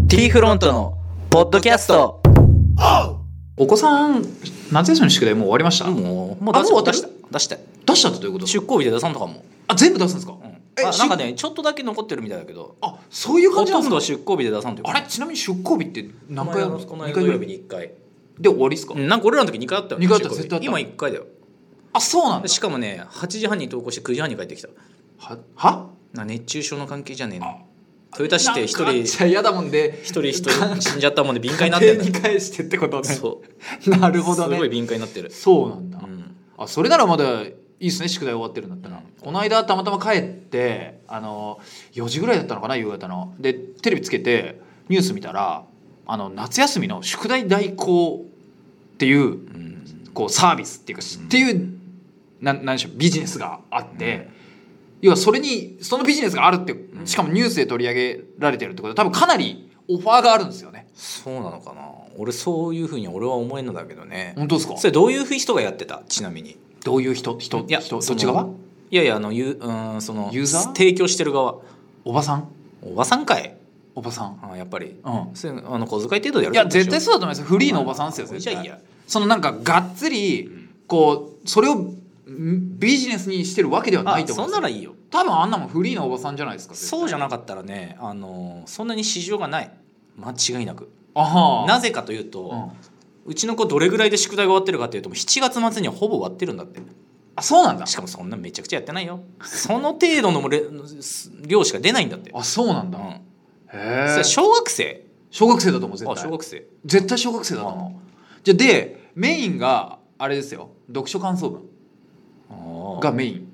T フロントのポッドキャスト。 お子さん夏休みの宿題もう終わりました？ もうもう終わってる？ 出した出したってどういうこと？ 出向日で出さんとかも。 全部出すんですか？ なんかねちょっとだけ残ってるみたいだけど、 そういうほ感じなんですか？ とんど出向日で出さんというか。 あれちなみに出向日って何回やるんですか？ この間土曜日に1回で終わりですか？ なんか俺らの時2回あったよね。 2回あった絶対あった。 今1回だよ。 そうなんだ。 しかもね8時半に登校して9時半に帰ってきた。 は熱中症の関係じゃねえの。豊田市って一人嫌だもんで死んじゃったもんで敏感になってる。 家に返してってことね。 そうなるほどね。 すごい敏感になってる。 そうなんだ、それならまだいいですね。宿題終わってるんだったら、この間たまたま帰って4時ぐらいだったのかな、夕方の。でテレビつけてニュース見たら夏休みの宿題代行っていう、こうサービスっていうか、っていうなんでしょう、ビジネスがあって、要はそのビジネスがあるって、しかもニュースで取り上げられてるってことは多分かなりオファーがあるんですよね。 そうなのかな。俺そういうふうに俺は思えんのだけどね。 本当ですか？ それどういう人がやってた？ちなみにどういう人どっち側？ いやそのユーザー？ 提供してる側。 おばさん？ おばさんかい？ おばさん。 やっぱり、 それ小遣い程度でやる。 いや絶対そうだと思います。フリーのおばさんですよ。絶対。 じゃあいいや。 そのなんかがっつりこうそれをビジネスにしてるわけではないと思うんですよ。 そんならいいよ。 多分あんなもんフリーのおばさんじゃないですか。 そうじゃなかったらねそんなに市場がない。間違いなく。なぜかというと、うちの子どれぐらいで宿題が終わってるかというと7月末にはほぼ終わってるんだって。 そうなんだ。 しかもそんなめちゃくちゃやってないよ。その程度の量しか出ないんだって。 そうなんだ。へえ。 それ小学生だと思う。絶対小学生。 絶対小学生だと思う。じゃあでメインがあれですよ、読書感想文がメイン。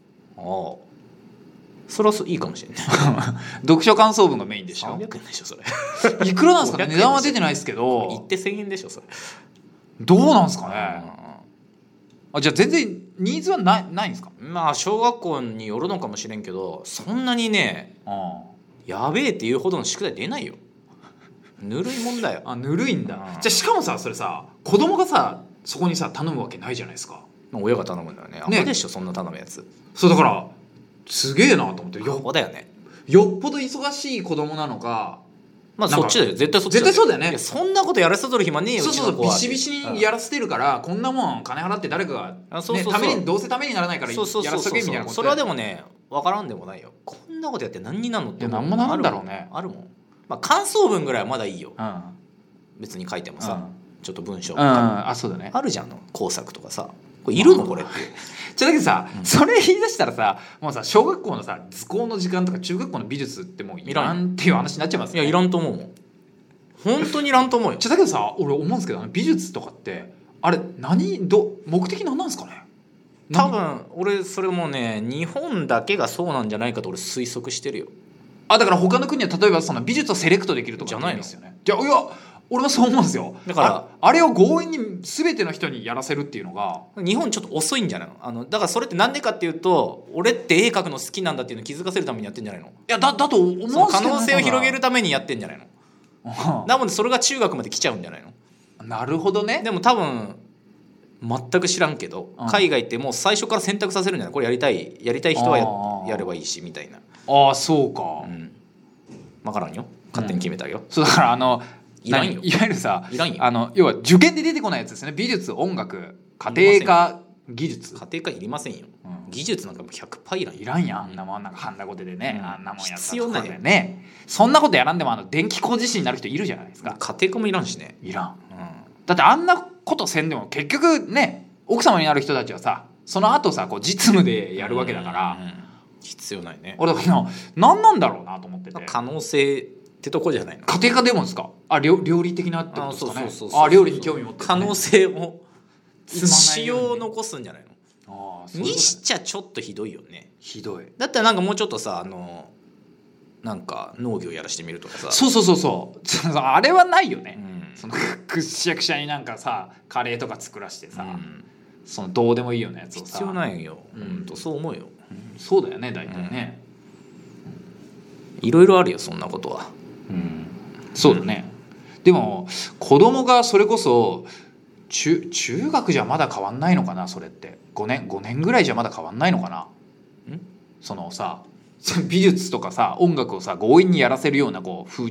それはいいかもしれない。 読書感想文がメインでしょ。 300円でしょそれ。 いくらなんですかね。値段は出てないですけど。 行って1000円でしょそれ。 どうなんですかね。じゃあ全然ニーズはないんですか。 まあ小学校によるのかもしれんけど、そんなにね、やべえっていうほどの宿題出ないよ。ぬるいもんだよ。 ぬるいんだ。じゃあしかもさ、それさ、子供がさそこにさ頼むわけないじゃないですか。 親が頼むんだよね。アホでしょそんな頼むやつ。 そうだからすげえなと思って。 アホだよね。 よっぽど忙しい子供なのか。 まあそっちだよ。絶対そっちだよ。 絶対そうだよね。 そんなことやらせとる暇ねえよ。 そうビシビシにやらせてるから、こんなもん金払って誰かがためにどうせためにならないからやらせとけみたいなこと。 それはでもね分からんでもないよ。こんなことやって何になるのって。 何もなるんだろうね。 あるもん。まあ感想文ぐらいはまだいいよ。別に書いてもさ、ちょっと文章とかそうだね。 あるじゃんの工作とかさ。これいるのこれって。 だけどさ、それ言い出したらさ、もうさ小学校のさ図工の時間とか中学校の美術ってもういらんっていう話になっちゃいますね。 いやいらんと思うもん。本当にいらんと思うよ。 だけどさ、俺思うんですけど、美術とかってあれ目的何なんですかね。 多分俺それもね日本だけがそうなんじゃないかと俺推測してるよ。 だから他の国は例えばその美術をセレクトできるとかじゃないのですよね。いや俺もそう思うんですよ。 だからあれを強引に全ての人にやらせるっていうのが日本ちょっと遅いんじゃないの。だからそれってなんでかっていうと、俺って絵描くの好きなんだっていうのを気づかせるためにやってんじゃないの。 いやだと思うんですけど、 可能性を広げるためにやってんじゃないの。なのでそれが中学まで来ちゃうんじゃないの。 なるほどね。 でも多分全く知らんけど、海外ってもう最初から選択させるんじゃない。これやりたい人は やればいいしみたいな。 そうか。 分からんよ。勝手に決めたよ。 そうだからいらんよ。 いわゆるさ、 いらんよ。 要は受験で出てこないやつですね。美術、音楽、家庭科、技術。 家庭科いりませんよ。技術なんかもう 100% いらんよ。 いらんやん。あんなもんなんかハンダゴテでね、あんなもんやった必要ないよね。そんなことやらんでも電気工事士になる人いるじゃないですか。 家庭科もいらんしね。 いらん。だってあんなことせんでも結局ね、奥様になる人たちはさ、その後さこう実務でやるわけだから、 必要ないね。 俺だから何なんだろうなと思ってて。 可能性ってとこじゃないの。 家庭科でもですか。料理的なってことですかね。料理に興味持って、 可能性を一応残すんじゃないの。にしちゃちょっとひどいよね。 ひどい。 だったらなんかもうちょっとさなんか農業やらしてみるとかさ。 そうあれはないよね。そのくっしゃくしゃになんかさカレーとか作らしてさ、そのどうでもいいようなやつをさ。 必要ないよ。そう思うよ。 そうだよね大体ね。 いろいろあるよそんなことは。 そうだね。でも子供がそれこそ中学じゃまだ変わんないのかな。それって5年ぐらいじゃまだ変わんないのかな。そのさ美術とかさ音楽をさ強引にやらせるようなこう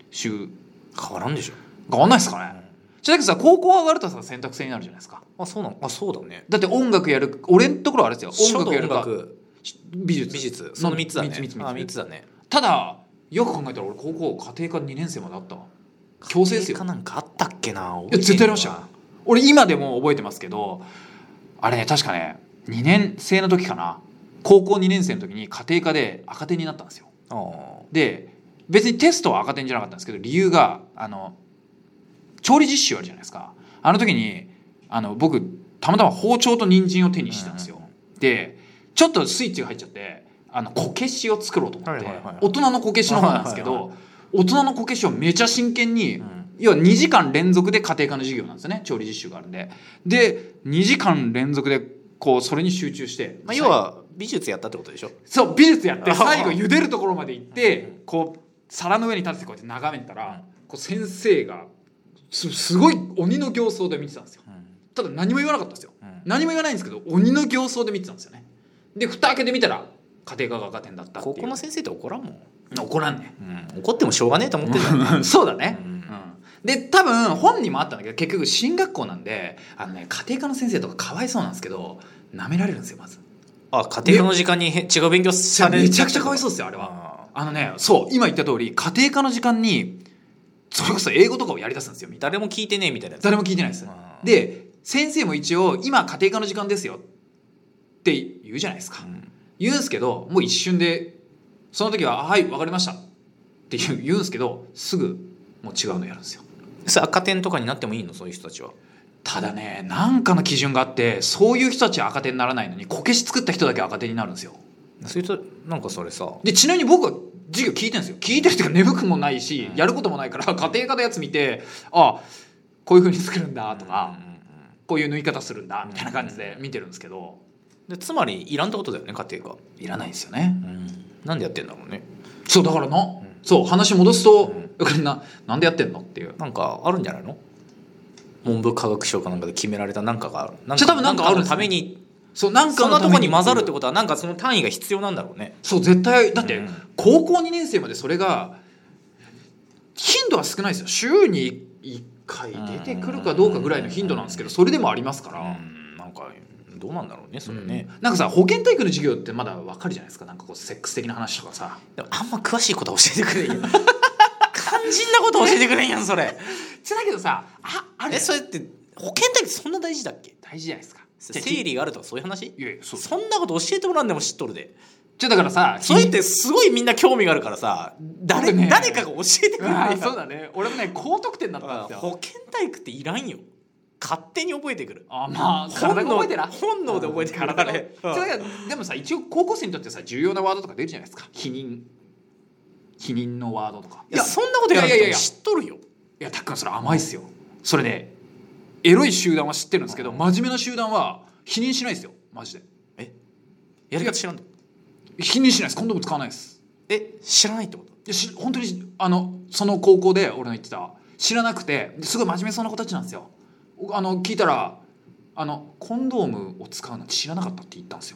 週変わらんでしょ。 変わんないですかね、だけどさ高校上がるとさ選択制になるじゃないですか。 そうなの。そうだね。 だって音楽やる俺のところはあれですよ、音楽やるか書道音楽美術その3つだね。 3 つだね。 ただよく考えたら俺高校家庭科2年生まであったわ。強制ですよ。 家庭科なんかあったっけな。 いや絶対ありましたよ。俺今でも覚えてますけど、あれね確かね2年生の時かな、高校2年生の時に家庭科で赤点になったんですよ。で別にテストは赤点じゃなかったんですけど、理由が調理実習あるじゃないですか。あの時に僕たまたま包丁と人参を手にしてたんですよ。でちょっとスイッチが入っちゃってこけしを作ろうと思って、大人のこけしの方なんですけど、大人のこけしをめちゃ真剣に、要は2時間連続で家庭科の授業なんですよね、調理実習があるんで。で2時間連続でこうそれに集中して、 要は美術やったってことでしょ。 そう美術やって最後茹でるところまで行ってこう皿の上に立ってこうやって眺めたら、こう先生がすごい鬼の形相で見てたんですよ。ただ何も言わなかったんですよ。何も言わないんですけど鬼の形相で見てたんですよね。で蓋開けてみたら家庭科が赤点だったっていう。 高校の先生って怒らんもん。 怒らんね、 怒ってもしょうがねえと思ってるんだそうだね、で多分本にもあったんだけど、結局進学校なんで家庭科の先生とかかわいそうなんですけど舐められるんですよ。まず家庭科の時間に違う勉強される。 めちゃくちゃかわいそうですよあれは。そう今言った通り家庭科の時間にそれこそ英語とかをやりだすんですよ。 誰も聞いてねえみたいなやつ。 誰も聞いてないです。で先生も一応今家庭科の時間ですよって言うじゃないですか、言うんですけどもう一瞬でその時ははい分かりましたって言うんですけど、すぐもう違うのやるんですよ。 それ赤点とかになってもいいの、そういう人たちは。 ただねなんかの基準があって、そういう人たちは赤点にならないのにこけし作った人だけ赤点になるんですよ。 そういう人なんかそれさでちなみに僕は授業聞いてるんですよ。聞いてるっていうか眠くもないし、やることもないから家庭科のやつ見て、こういう風に作るんだとか、こういう縫い方するんだみたいな感じで見てるんですけど、 でつまりいらんってことだよね、家庭科。 いらないんですよね、 なんでやってんだろうね。 そうだからそう話戻すと、なんでやってんのっていう。 なんかあるんじゃないの。文部科学省かなんかで決められたなんかがある。 じゃ多分なんかあるのために。 なんかそんなとこに混ざるってことはなんかその単位が必要なんだろうね。 そう絶対だって、高校2年生までそれが頻度は少ないですよ。週に1回出てくるかどうかぐらいの頻度なんですけど、それでもありますから、 なんかどうなんだろうねそれね、 なんかさ保健体育の授業ってまだ分かるじゃないですか。なんかこうセックス的な話とかさ。 でもあんま詳しいことは教えてくれんやん肝心なこと教えてくれんやんそれ。 だけどさそれって保健体育そんな大事だっけ。 大事じゃないですか。 生理があるとかそういう話。 いやそんなこと教えてもらんでも知っとるで。 だからさそれってすごいみんな興味があるからさ、誰かが教えてくれるやん。 そうだね。俺もね高得点だったんですよ。 保健体育っていらんよ。勝手に覚えてくる。 体が覚えてな。 本能で覚えてくるからね。 でもさ一応高校生にとってさ重要なワードとか出るじゃないですか。否認のワードとか。 いやそんなことやらなくても知っとるよ。 いやたっくんそれ甘いっすよ。それねエロい集団は知ってるんですけど、真面目な集団は否認しないですよマジで。 やり方知らんの。 否認しないです。コンドーム使わないです。 知らないってこと。 本当にその高校で俺の言ってた知らなくて、すごい真面目そうな子たちなんですよ。聞いたらコンドームを使うの知らなかったって言ったんですよ。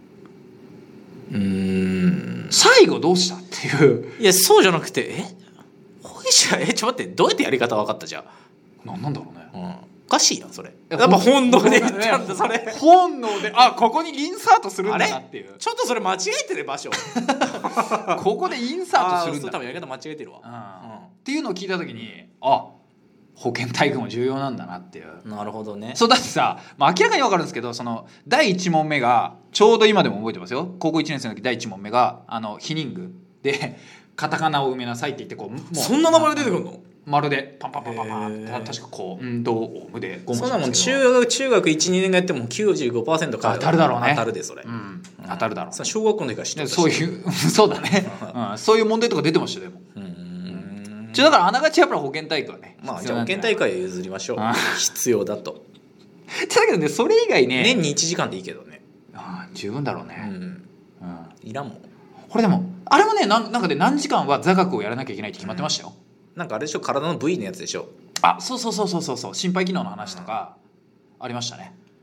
最後どうしたっていう。 いやそうじゃなくてほいじゃちょっと待って、どうやってやり方分かったじゃん。 なんだろうね、 おかしいやんそれ。やっぱ本能で言ったんだそれ。 本能でここにインサートするんだなっていう。 ちょっとそれ間違えてる場所ここでインサートするんだ。 多分やり方間違えてるわ、 っていうのを聞いた時に保健体育も重要なんだなっていう。 なるほどね。 そうだってさ、明らかに分かるんですけど、その第1問目がちょうど今でも覚えてますよ。高校1年生の時第1問目が避妊具でカタカナを埋めなさいって言ってもうそんな名前が出てくるの。 まるでパンパンパンパンパンって確かこうどう無で5文字。 そんなもん中学 1,2 年がやっても 95% 当たるだろうね。 当たるでそれ、 当たるだろう。 小学校の時から知ってた。 そういうそうだね、そういう問題とか出てましたよ。でもだからあながちやっぱり保健体育はね、 じゃあ保健体育は譲りましょう。必要だと。 だけどねそれ以外ね年に1時間でいいけどね。 十分だろうね。 いらんもん。 これでもあれもねなんかで何時間は座学をやらなきゃいけないって決まってましたよ。 なんかあれでしょ、体の部位のやつでしょ。 そう心肺機能の話とかありましたね。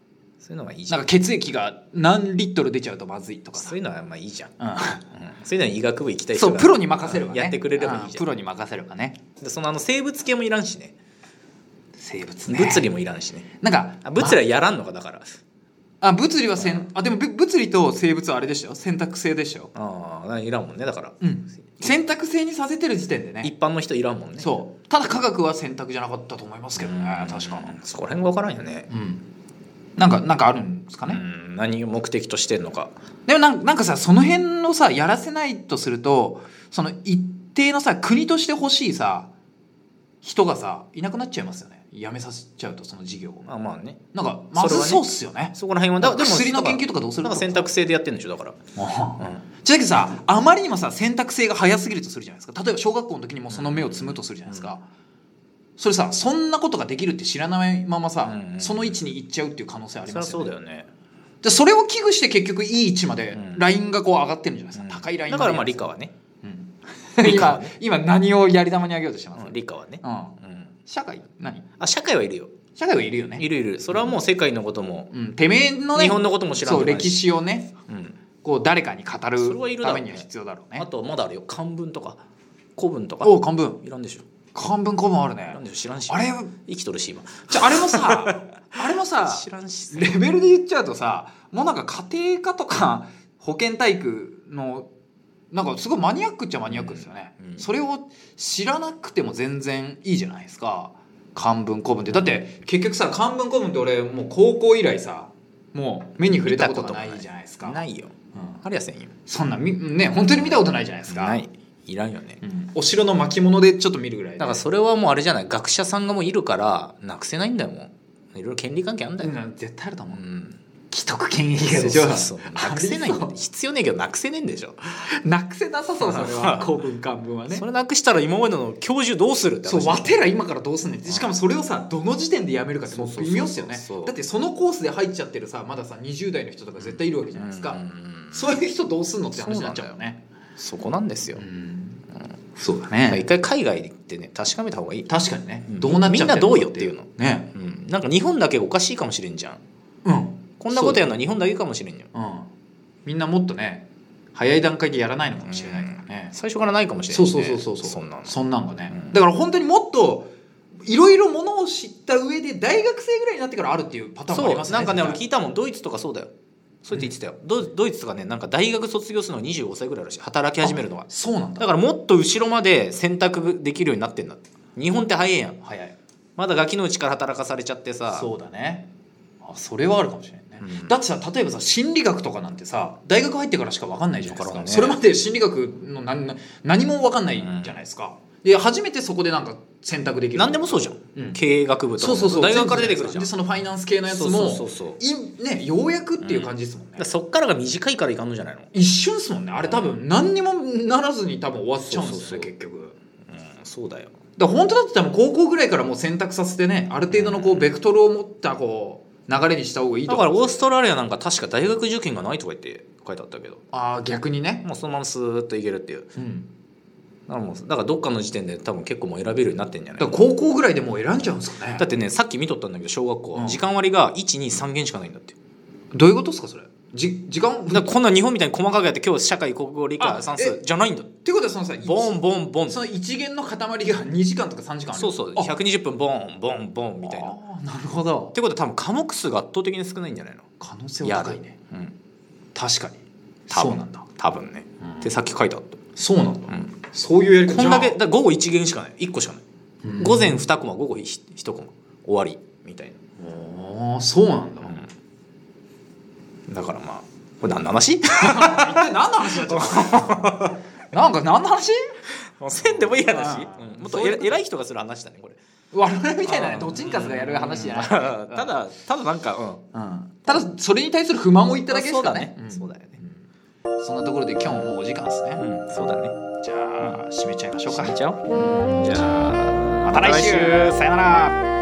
そういうのはいいじゃん。 なんか血液が何リットル出ちゃうとまずいとかさ、 そういうのはまあいいじゃん、 うんそういうのは医学部行きたい人がそうプロに任せればね、 やってくれればいいじゃん。 プロに任せればね。 でその生物系もいらんしね、 生物ね、 物理もいらんしね。 なんか物理はやらんのかだから。 物理はでも物理と生物はあれでしたよ、選択制でしたよ。 いらんもんねだから、 選択制にさせてる時点でね、 一般の人いらんもんね。 そうただ科学は選択じゃなかったと思いますけどね、確か。 そこら辺が分からんよね。 なんかあるんですかね。 何を目的としてんのか。 でもなんかさ、その辺のさやらせないとすると、その一定のさ国として欲しいさ人がさいなくなっちゃいますよね、やめさせちゃうと、その事業を。 まあね、 なんかまずそうっすよね。 そこら辺はでも薬の研究とかどうするの？ なんか選択制でやってるんでしょだから。 じゃけどさ、あまりにもさ選択制が早すぎるとするじゃないですか。例えば小学校の時にもその芽を摘むとするじゃないですか。それさ、そんなことができるって知らないままさ、その位置に行っちゃうっていう可能性ありますよね。 そりゃそうだよね。 でそれを危惧して結局いい位置までラインがこう上がってるんじゃないですか、高いラインまで。 だからまあ理科はね、 今何をやり玉にあげようとしてます？ 理科はね、 社会何？ 社会はいるよ。 社会はいるよね。 いる。それはもう世界のことも、 てめえのね、 日本のことも知らんそう歴史をね、こう誰かに語るためには必要だろうね。 あとまだあるよ、漢文とか古文とか。 漢文いらんでしょ。 漢文古文あるね。 いらんでしょ、知らんし。 あれ生きとるし今。 あれもさ知らんし、 レベルで言っちゃうとさ、もうなんか家庭科とか保健体育のなんかすごいマニアックっちゃマニアックですよね。それを知らなくても全然いいじゃないですか、漢文古文って。だって結局さ、漢文古文って俺もう高校以来さ、もう目に触れたことがないじゃないですか。 ないよ、ありゃせんよ。 そんなね、本当に見たことないじゃないですか。 ない、いらんよね、 お城の巻物でちょっと見るぐらいで。 だからそれはもうあれじゃない、学者さんがもういるからなくせないんだよ。もういろいろ権利関係あるんだよ、 絶対あると思う。既得権益がでしょ。 そうなくせないんだよ。必要ねえけどなくせねえんでしょ。 なくせなさそう、それは古文漢文はね。 それなくしたら今までの教授どうするって話。 そう、わてら今からどうすんねんって。しかもそれをさ、どの時点でやめるかってもう微妙っすよね。だってそのコースで入っちゃってるさ、まださ20代の人とか絶対いるわけじゃないですか。そういう人どうすんのって話になっちゃうよね。 そこなんですよ。 そうだね。 一回海外で行ってね、確かめた方がいい。 確かにね。どうなっちゃってるの？みんなどうよっていうのね。 なんか日本だけおかしいかもしれんじゃん。こんなことやるのは日本だけかもしれんよ。 みんなもっとね、早い段階でやらないのかもしれないからね。 最初からないかもしれない。 そうそんなんがね。だから本当にもっといろいろものを知った上で大学生ぐらいになってからあるっていうパターンもありますね。 なんかね、俺聞いたもん、ドイツとかそうだよ。そうやって言ってたよ。ドイツとかね、なんか大学卒業するの25歳ぐらいらしい、働き始めるのは。 そうなんだ。 だからもっと後ろまで選択できるようになってんだって。日本って早いやん。 早い。 まだガキのうちから働かされちゃってさ。 そうだね。それはあるかもしれないね。だってさ、例えばさ、心理学とかなんてさ、大学入ってからしか分かんないじゃないですか。それまで心理学の何も分かんないじゃないですか。で初めてそこでなんか選択できる。 何でもそうじゃん、経営学部とかそう大学から出てくるじゃん。 でそのファイナンス系のやつもね、ようやくっていう感じですもんね。 そっからが短いからいかんのじゃないの。 一瞬ですもんねあれ。多分何にもならずに多分終わっちゃうんですよね結局。 そうだよ。 だから本当だって多分高校ぐらいからもう選択させてね、ある程度のこうベクトルを持ったこう流れにした方がいいと。 だからオーストラリアなんか確か大学受験がないとか言って書いてあったけど。 逆にね、 もうそのままスーッといけるっていう。だからどっかの時点で多分結構もう選べるようになってんじゃない。 だから高校ぐらいでもう選んじゃうんですかね。 だってね、さっき見とったんだけど小学校、時間割が 1,2,3 限しかないんだって。 どういうことですかそれ。時間だからこんな日本みたいに細かくやって今日社会国語理科算数じゃないんだってことはそのさ、 ボンボンボン、 その一元の塊が2時間とか3時間ある。 そう120分ボンボンボンみたいな。 なるほど。 ってことは多分科目数が圧倒的に少ないんじゃないの。 可能性は高いね。確かにそうなんだ多分ね、ってさっき書いてあった。 そうなんだ、そういうやり方。 こんだけだ午後1限しかない、1個しかない、午前2コマ午後1コマ終わりみたいな。そうなんだ、 だからまあこれ何の話一体何の話だっちゃったなんか何の話せんでもいい話、もっと偉い人がする話だねこれ。 我々みたいなねドチンカスがやる話じゃないただなんかただそれに対する不満を言っただけですかね。 そうだよね。 そんなところで今日ももうお時間ですね。 そうだね。 じゃあ締めちゃいましょうか。 締めちゃおう。じゃあまた来週、さよなら。